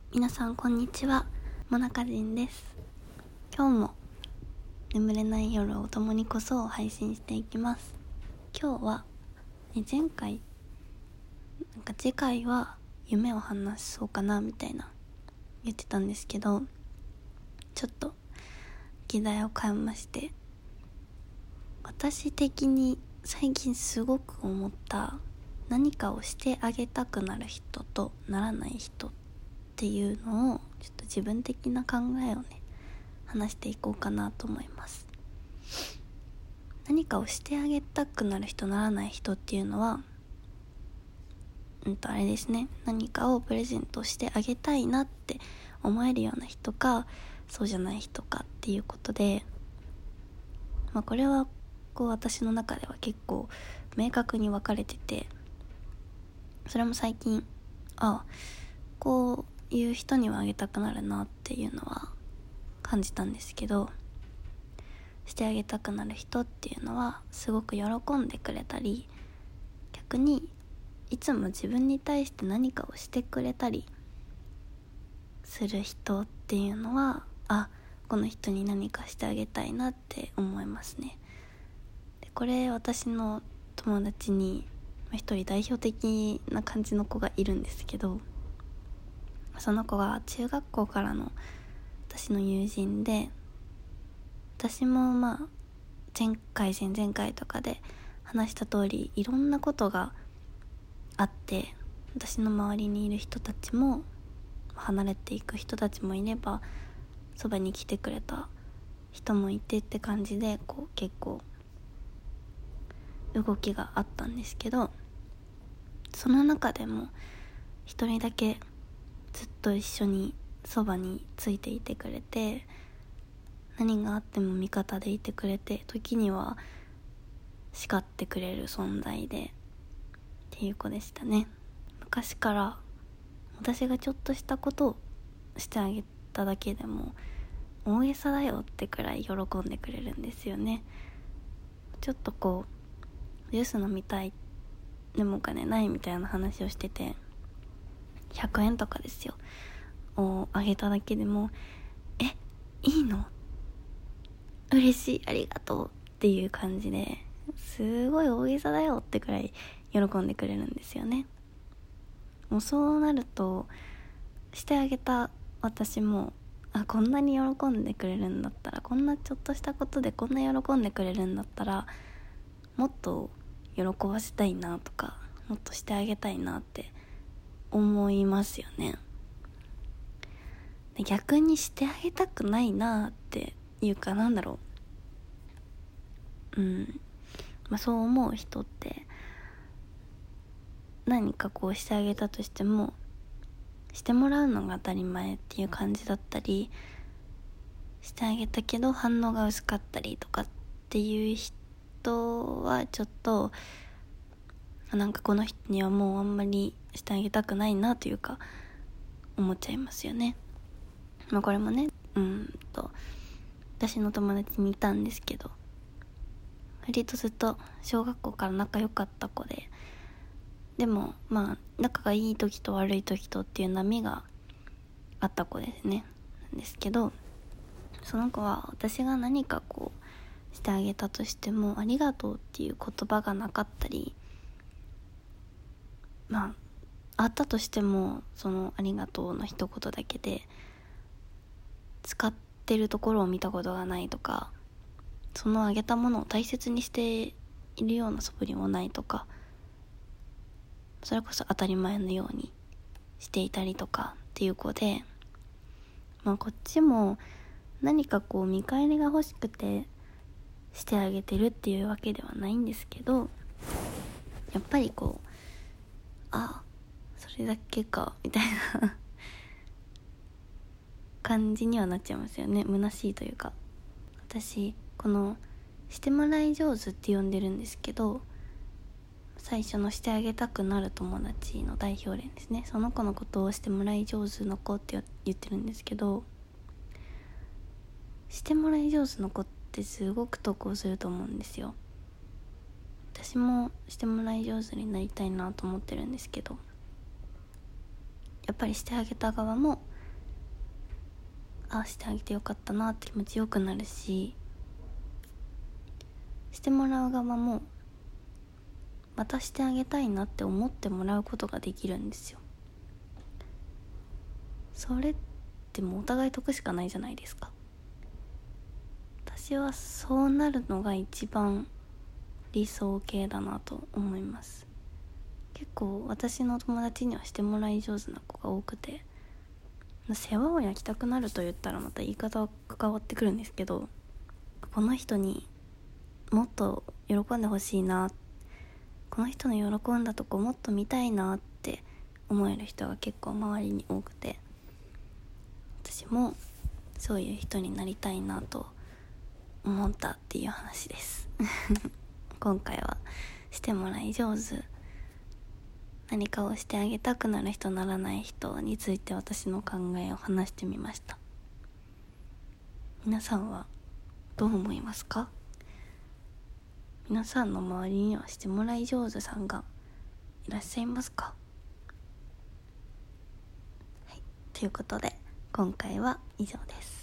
皆さんこんにちは、もなかじんです。今日も眠れない夜を共にこそを配信していきます。今日は前回次回は夢を話そうかなみたいな言ってたんですけど、ちょっと議題を変えまして、私的に最近すごく思った何かをしてあげたくなる人とならない人っていうのをちょっと自分的な考えをね話していこうかなと思います。何かをしてあげたくなる人ならない人っていうのはあれですね、何かをプレゼントしてあげたいなって思えるような人かそうじゃない人かっていうことで、これは私の中では結構明確に分かれてて、それも最近こういう人にはあげたくなるなっていうのは感じたんですけど、してあげたくなる人っていうのはすごく喜んでくれたり、逆にいつも自分に対して何かをしてくれたりする人っていうのはこの人に何かしてあげたいなって思いますね。でこれ私の友達に一人代表的な感じの子がいるんですけど、その子が中学校からの私の友人で、私も前回前々回とかで話した通りいろんなことがあって、私の周りにいる人たちも離れていく人たちもいればそばに来てくれた人もいてって感じで結構動きがあったんですけど、その中でも一人だけずっと一緒にそばについていてくれて、何があっても味方でいてくれて、時には叱ってくれる存在でっていう子でしたね。昔から私がちょっとしたことをしてあげただけでも大げさだよってくらい喜んでくれるんですよね。ちょっとジュース飲みたいでもお金ないみたいな話をしてて、100円とかですよをあげただけでもいいの嬉しいありがとうっていう感じで、すごい大げさだよってくらい喜んでくれるんですよね。もうそうなるとしてあげた私もこんなに喜んでくれるんだったら、こんなちょっとしたことでこんな喜んでくれるんだったらもっと喜ばせたいなとか、もっとしてあげたいなって思いますよね。で逆にしてあげたくないなっていうかそう思う人って、何かしてあげたとしてもしてもらうのが当たり前っていう感じだったり、してあげたけど反応が薄かったりとかっていう人はちょっとこの人にはもうあんまりしてあげたくないなというか思っちゃいますよね。これもね私の友達にいたんですけど、割とずっと小学校から仲良かった子でも仲がいい時と悪い時とっていう波があった子ですね。なんですけど、その子は私が何かしてあげたとしてもありがとうっていう言葉がなかったり、あったとしてもそのありがとうの一言だけで使ってるところを見たことがないとか、そのあげたものを大切にしているような素振りもないとか、それこそ当たり前のようにしていたりとかっていう子で、こっちも何か見返りが欲しくてしてあげてるっていうわけではないんですけど、やっぱりそれだけかみたいな感じにはなっちゃいますよね。虚しいというか、私このしてもらい上手って呼んでるんですけど、最初のしてあげたくなる友達の代表例ですね。その子のことをしてもらい上手の子って言ってるんですけど、してもらい上手の子ってすごく得をすると思うんですよ。私もしてもらい上手になりたいなと思ってるんですけど、やっぱりしてあげた側もしてあげてよかったなって気持ちよくなるし、してもらう側もまたしてあげたいなって思ってもらうことができるんですよ。それってもうお互い得しかないじゃないですか。私はそうなるのが一番理想形だなと思います。結構私の友達にはしてもらい上手な子が多くて、世話を焼きたくなると言ったらまた言い方が変わってくるんですけど、この人にもっと喜んでほしいな、この人の喜んだとこもっと見たいなって思える人が結構周りに多くて、私もそういう人になりたいなと思ったっていう話です今回はしてもらい上手、何かをしてあげたくなる人ならない人について私の考えを話してみました。皆さんはどう思いますか？皆さんの周りにはしてもらい上手さんがいらっしゃいますか？はい、ということで今回は以上です。